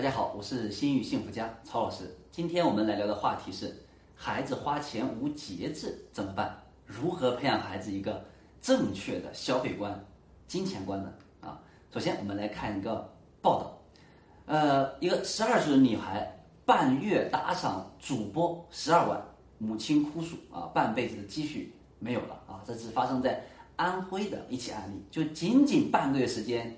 大家好，我是心语幸福家曹老师。今天我们来聊的话题是：孩子花钱无节制怎么办？如何培养孩子一个正确的消费观、金钱观呢？首先我们来看一个报道，一个12岁的女孩半月打赏主播12万，母亲哭诉半辈子的积蓄没有了这是发生在安徽的一起案例，就仅仅半个月时间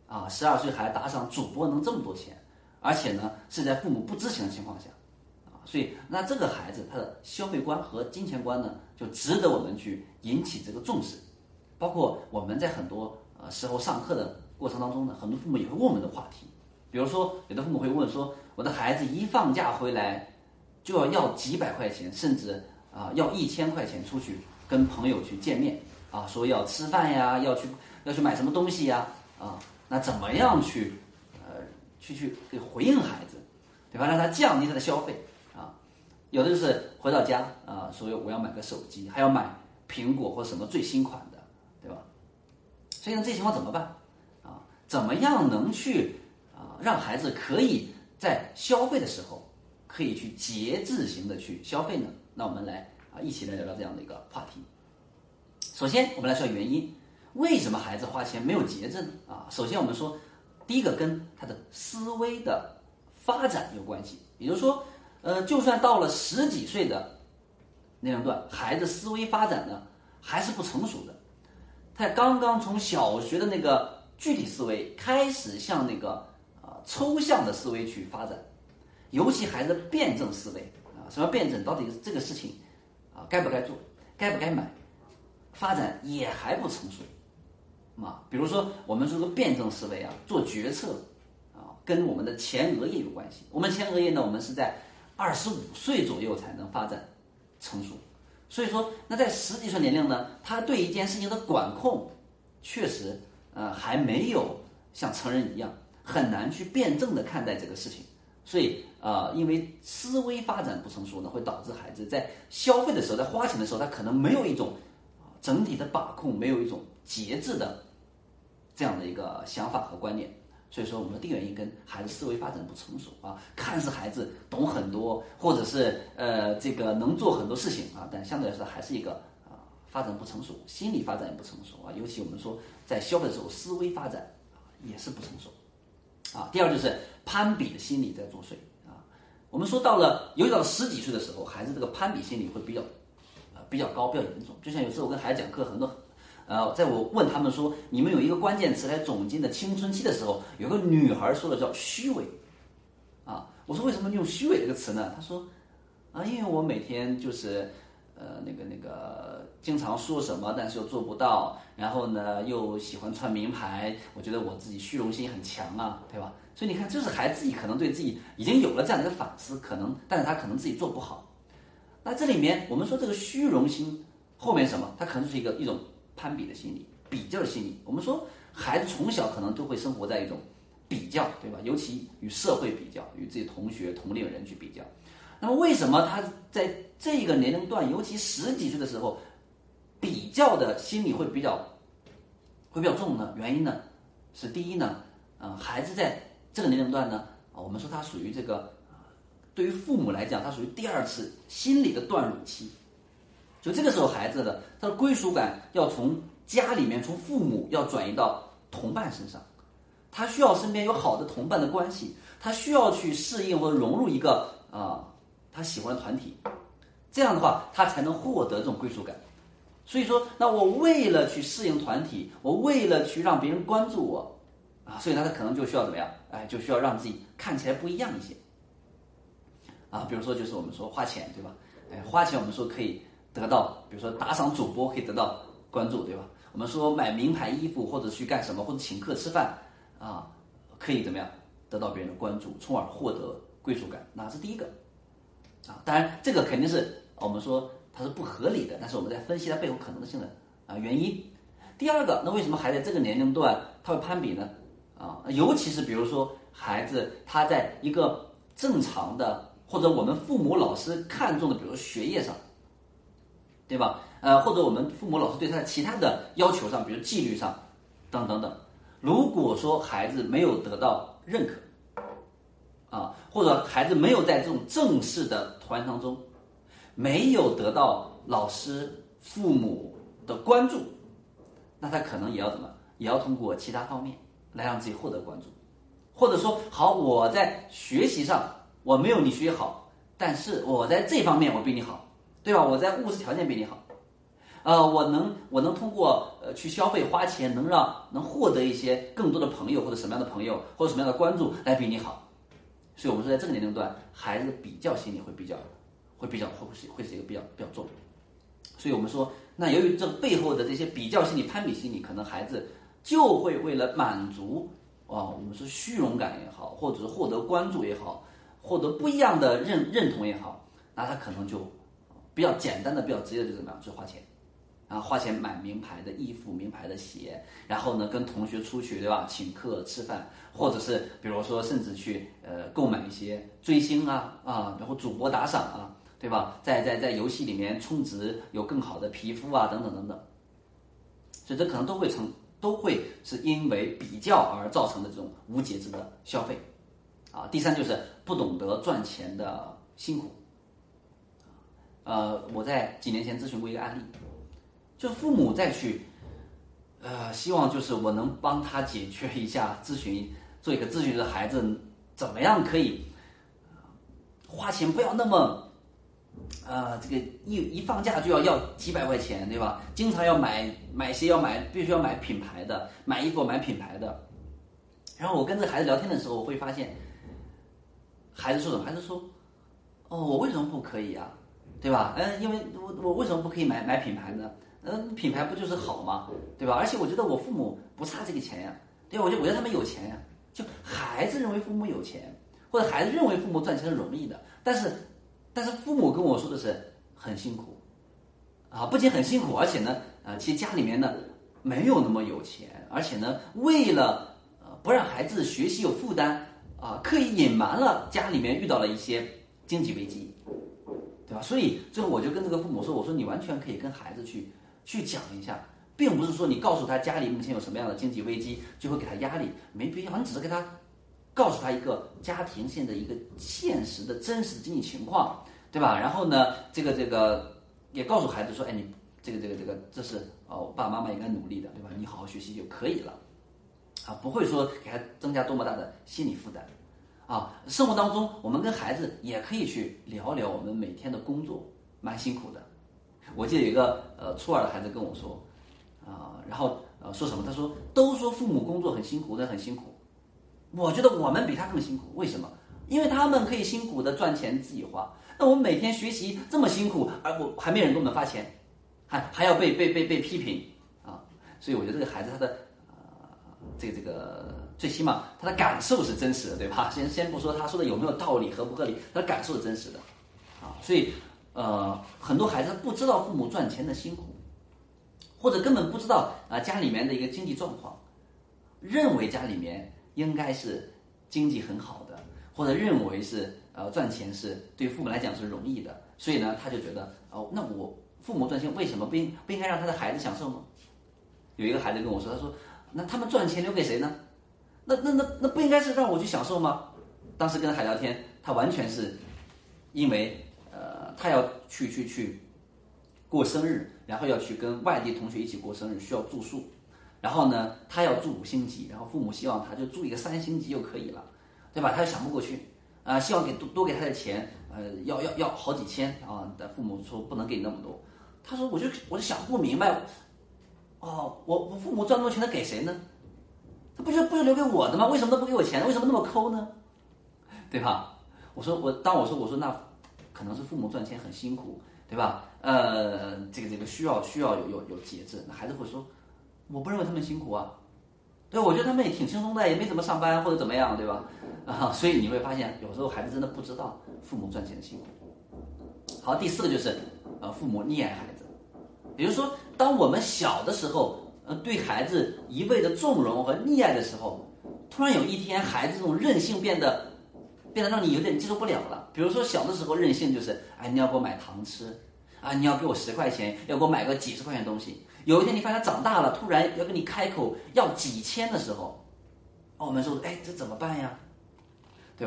12岁孩子打赏主播能这么多钱。而且呢，是在父母不知情的情况下，所以那这个孩子他的消费观和金钱观呢，就值得我们去引起这个重视。包括我们在很多时候上课的过程当中呢，很多父母也会问我们的话题，比如说有的父母会问说，我的孩子一放假回来就要几百块钱，甚至要1000块钱出去跟朋友去见面说要吃饭呀，要去买什么东西呀那怎么样去给回应孩子，对吧？让他降低他的消费有的就是回到家说我要买个手机，还要买苹果或什么最新款的，对吧？所以呢，这情况怎么办怎么样能去让孩子可以在消费的时候可以去节制型的去消费呢？那我们来一起来聊聊这样的一个话题。首先我们来说原因，为什么孩子花钱没有节制呢？首先我们说第一个跟他的思维的发展有关系，也就是说，就算到了10几岁的年龄段，孩子思维发展呢还是不成熟的，他刚刚从小学的那个具体思维开始向那个抽象的思维去发展，尤其孩子的辩证思维什么辩证，到底这个事情该不该做，该不该买，发展也还不成熟。比如说我们说个辩证思维做决策跟我们的前额叶有关系。我们前额叶呢，我们是在25岁左右才能发展成熟，所以说那在10几岁年龄呢，他对一件事情的管控确实还没有像成人一样很难去辩证的看待这个事情。所以因为思维发展不成熟呢，会导致孩子在消费的时候，在花钱的时候，他可能没有一种整体的把控，没有一种节制的这样的一个想法和观念。所以说我们的第一个原因跟孩子思维发展不成熟看似孩子懂很多，或者是这个能做很多事情但相对来说还是一个发展不成熟，心理发展也不成熟尤其我们说在消费的时候，思维发展也是不成熟第二就是攀比的心理在作祟我们说尤其到了10几岁的时候，孩子这个攀比心理会比较高，比较严重。就像有时候我跟孩子讲课，很多在我问他们说你们有一个关键词来总结的青春期的时候，有个女孩说的叫虚伪我说为什么用虚伪这个词呢？她说因为我每天就是那个经常说什么但是又做不到，然后呢又喜欢穿名牌，我觉得我自己虚荣心很强对吧？所以你看，就是孩子自己可能对自己已经有了这样的一个反思，但是他可能自己做不好。那这里面我们说这个虚荣心后面什么？它可能是一种攀比的心理，比较的心理。我们说孩子从小可能都会生活在一种比较，对吧？尤其与社会比较，与自己同学同龄人去比较。那么为什么他在这个年龄段，尤其10几岁的时候，比较的心理会比较重呢？原因呢是第一呢，孩子在这个年龄段呢，我们说他属于这个对于父母来讲，他属于第2次心理的断乳期。就这个时候，孩子的他的归属感要从家里面，从父母要转移到同伴身上，他需要身边有好的同伴的关系，他需要去适应或者融入一个他喜欢的团体，这样的话他才能获得这种归属感。所以说，那我为了去适应团体，我为了去让别人关注我所以他可能就需要怎么样？就需要让自己看起来不一样一些比如说就是我们说花钱，对吧？花钱我们说可以得到，比如说打赏主播可以得到关注，对吧？我们说买名牌衣服或者去干什么，或者请客吃饭可以怎么样得到别人的关注，从而获得归属感。那是第一个当然这个肯定是我们说它是不合理的，但是我们在分析它背后可能性的原因。第二个，那为什么孩子在这个年龄段他会攀比呢？尤其是比如说孩子他在一个正常的或者我们父母老师看重的，比如说学业上，对吧？或者我们父母老师对他的其他的要求上，比如纪律上等等等，如果说孩子没有得到认可， 或者孩子没有在这种正式的团当中，没有得到老师、父母的关注，那他可能也要怎么，也要通过其他方面来让自己获得关注，或者说，好，我在学习上我没有你学习好，但是我在这方面我比你好，对吧？我在物质条件比你好。我能通过去消费花钱，能获得一些更多的朋友，或者什么样的朋友，或者什么样的关注来比你好。所以我们说，在这个年龄段，孩子的比较心理会是一个比较重。所以我们说，那由于这背后的这些比较心理、攀比心理，可能孩子就会为了满足我们说虚荣感也好，或者是获得关注也好，获得不一样的认同也好，那他可能就比较简单的、比较直接的就怎么样，就花钱。花钱买名牌的衣服、名牌的鞋，然后呢跟同学出去，对吧？请客吃饭，或者是比如说甚至去购买一些追星然后主播打赏对吧？在游戏里面充值，有更好的皮肤等等等等。所以这可能都会是因为比较而造成的这种无节制的消费第三就是不懂得赚钱的辛苦。我在几年前咨询过一个案例。就父母再去，希望就是我能帮他解决一下做一个咨询的孩子怎么样可以，花钱不要那么，这个一放假就要几百块钱，对吧？经常要买鞋必须要买品牌的，买衣服买品牌的。然后我跟这孩子聊天的时候，我会发现，孩子说什么？孩子说，我为什么不可以啊？对吧？因为我为什么不可以买品牌呢？品牌不就是好吗？对吧？而且我觉得我父母不差这个钱呀，对吧？我觉得他们有钱呀。就孩子认为父母有钱，或者孩子认为父母赚钱是容易的，但是父母跟我说的是很辛苦，不仅很辛苦，而且呢，其实家里面呢没有那么有钱，而且呢，为了不让孩子学习有负担刻意隐瞒了家里面遇到了一些经济危机，对吧？所以最后我就跟这个父母说，我说你完全可以跟孩子去讲一下，并不是说你告诉他家里目前有什么样的经济危机就会给他压力，没必要，你只是给他告诉他一个家庭现在一个现实的真实经济情况，对吧？然后呢，这个也告诉孩子说，你这是爸爸妈妈应该努力的，对吧？你好好学习就可以了，不会说给他增加多么大的心理负担。生活当中我们跟孩子也可以去聊聊我们每天的工作，蛮辛苦的。我记得有一个初二的孩子跟我说，然后说什么？他说都说父母工作很辛苦，很辛苦。我觉得我们比他更辛苦，为什么？因为他们可以辛苦的赚钱自己花，那我们每天学习这么辛苦，而我还没人给我们发钱，还要被批评所以我觉得这个孩子他的这个最起码他的感受是真实的，对吧？先不说他说的有没有道理合不合理，他的感受是真实的所以很多孩子不知道父母赚钱的辛苦，或者根本不知道家里面的一个经济状况，认为家里面应该是经济很好的，或者认为是赚钱是对父母来讲是容易的，所以呢他就觉得那我父母赚钱为什么不应该让他的孩子享受吗？有一个孩子跟我说，他说那他们赚钱留给谁呢？那不应该是让我去享受吗？当时跟他聊天，他完全是因为他要去过生日，然后要去跟外地同学一起过生日，需要住宿，然后呢他要住5星级，然后父母希望他就住一个3星级就可以了，对吧？他就想不过去希望多给他的钱要好几千但父母说不能给你那么多。他说我就想不明白我父母赚那么多钱他给谁呢？他不是留给我的吗？为什么都不给我钱呢？为什么那么抠呢？对吧？我说那可能是父母赚钱很辛苦，对吧？这个需要有节制。那孩子会说，我不认为他们辛苦对，我觉得他们也挺轻松的，也没怎么上班或者怎么样，对吧？所以你会发现，有时候孩子真的不知道父母赚钱的辛苦。好，第4个就是父母溺爱孩子。比如说，当我们小的时候对孩子一味的纵容和溺爱的时候，突然有一天孩子这种任性变得让你有点接受不了了。比如说小的时候任性就是你要给我买糖吃你要给我10块钱，要给我买个几十块钱的东西。有一天你发现他长大了，突然要跟你开口要几千的时候，我们说这怎么办呀？对吧？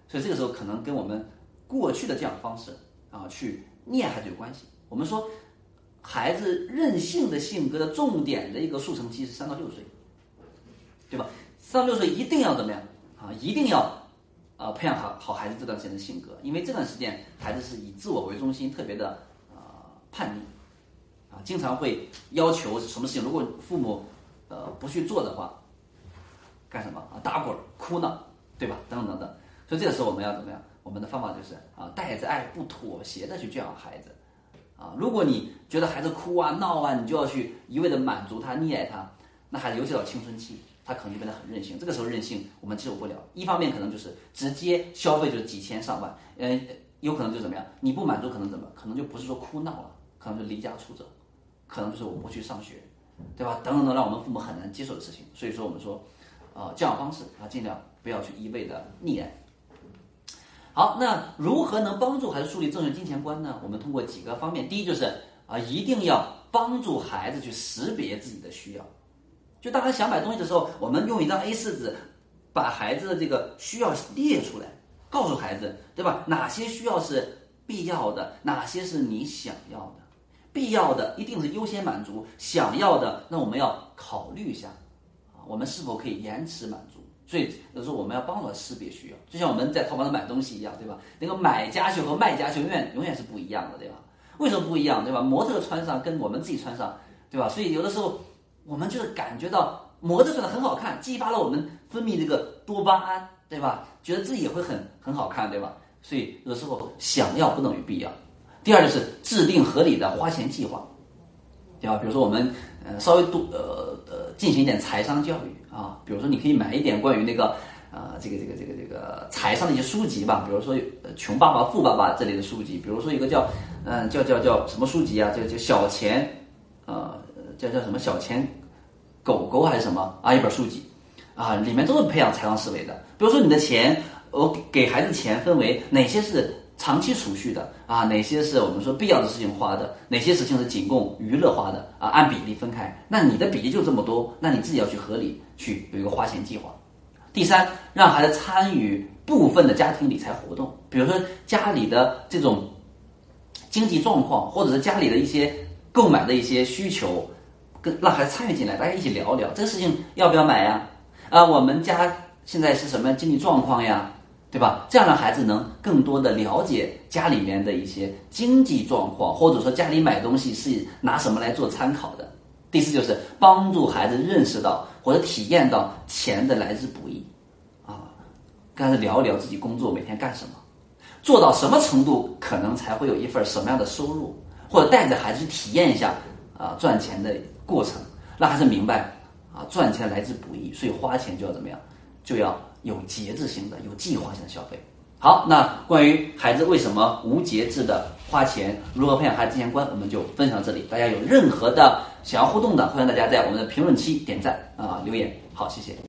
所以这个时候可能跟我们过去的这样方式去念孩子有关系。我们说孩子任性的性格的重点的一个速成期是3到6岁，对吧？3到6岁一定要怎么样一定要培养好孩子这段时间的性格，因为这段时间孩子是以自我为中心，特别的叛逆经常会要求什么事情，如果父母不去做的话，干什么打滚哭闹，对吧？等等等等。所以这个时候我们要怎么样？我们的方法就是带着爱不妥协的去教养孩子如果你觉得孩子哭闹你就要去一味的满足他溺爱他，那孩子尤其到青春期他可能就变得很任性，这个时候任性我们接受不了。一方面可能就是直接消费就是几千上万，有可能就怎么样，你不满足可能就不是说哭闹了，可能就离家出走，可能就是我不去上学，对吧？等等的让我们父母很难接受的事情。所以说我们说教养方式尽量不要去一味的溺爱。好，那如何能帮助孩子树立正确金钱观呢？我们通过几个方面。第一就是一定要帮助孩子去识别自己的需要。就当他想买东西的时候，我们用一张 A4 纸把孩子的这个需要列出来，告诉孩子，对吧？哪些需要是必要的，哪些是你想要的。必要的一定是优先满足，想要的那我们要考虑一下我们是否可以延迟满足。所以有时候我们要帮助他识别需要，就像我们在淘宝上买东西一样，对吧？那个买家秀和卖家秀永远是不一样的，对吧？为什么不一样，对吧？模特穿上跟我们自己穿上，对吧？所以有的时候我们就是感觉到模特穿的很好看，激发了我们分泌这个多巴胺，对吧？觉得自己也会很好看，对吧？所以有的时候想要不等于必要。第二就是制定合理的花钱计划，对吧？比如说我们稍微进行一点财商教育比如说你可以买一点关于那个这个财商的一些书籍吧，比如说穷爸爸富爸爸这类的书籍，比如说一个叫什么书籍叫小钱叫什么小钱狗狗还是什么一本书籍里面都是培养财商思维的。比如说你的钱，我给孩子钱分为哪些是长期储蓄的哪些是我们说必要的事情花的，哪些事情是仅供娱乐花的按比例分开。那你的比例就这么多，那你自己要去合理去有一个花钱计划。第三，让孩子参与部分的家庭理财活动，比如说家里的这种经济状况，或者是家里的一些购买的一些需求，让孩子参与进来，大家一起聊聊这个事情要不要买呀？我们家现在是什么经济状况呀？对吧？这样让孩子能更多的了解家里面的一些经济状况，或者说家里买东西是拿什么来做参考的。第四就是帮助孩子认识到或者体验到钱的来之不易跟孩子聊一聊自己工作每天干什么，做到什么程度可能才会有一份什么样的收入，或者带着孩子去体验一下赚钱的过程，让孩子明白赚钱来之不易，所以花钱就要怎么样，就要有节制性的、有计划性的消费。好，那关于孩子为什么无节制的花钱，如何培养孩子金钱观，我们就分享到这里。大家有任何的想要互动的，欢迎大家在我们的评论区点赞留言。好，谢谢。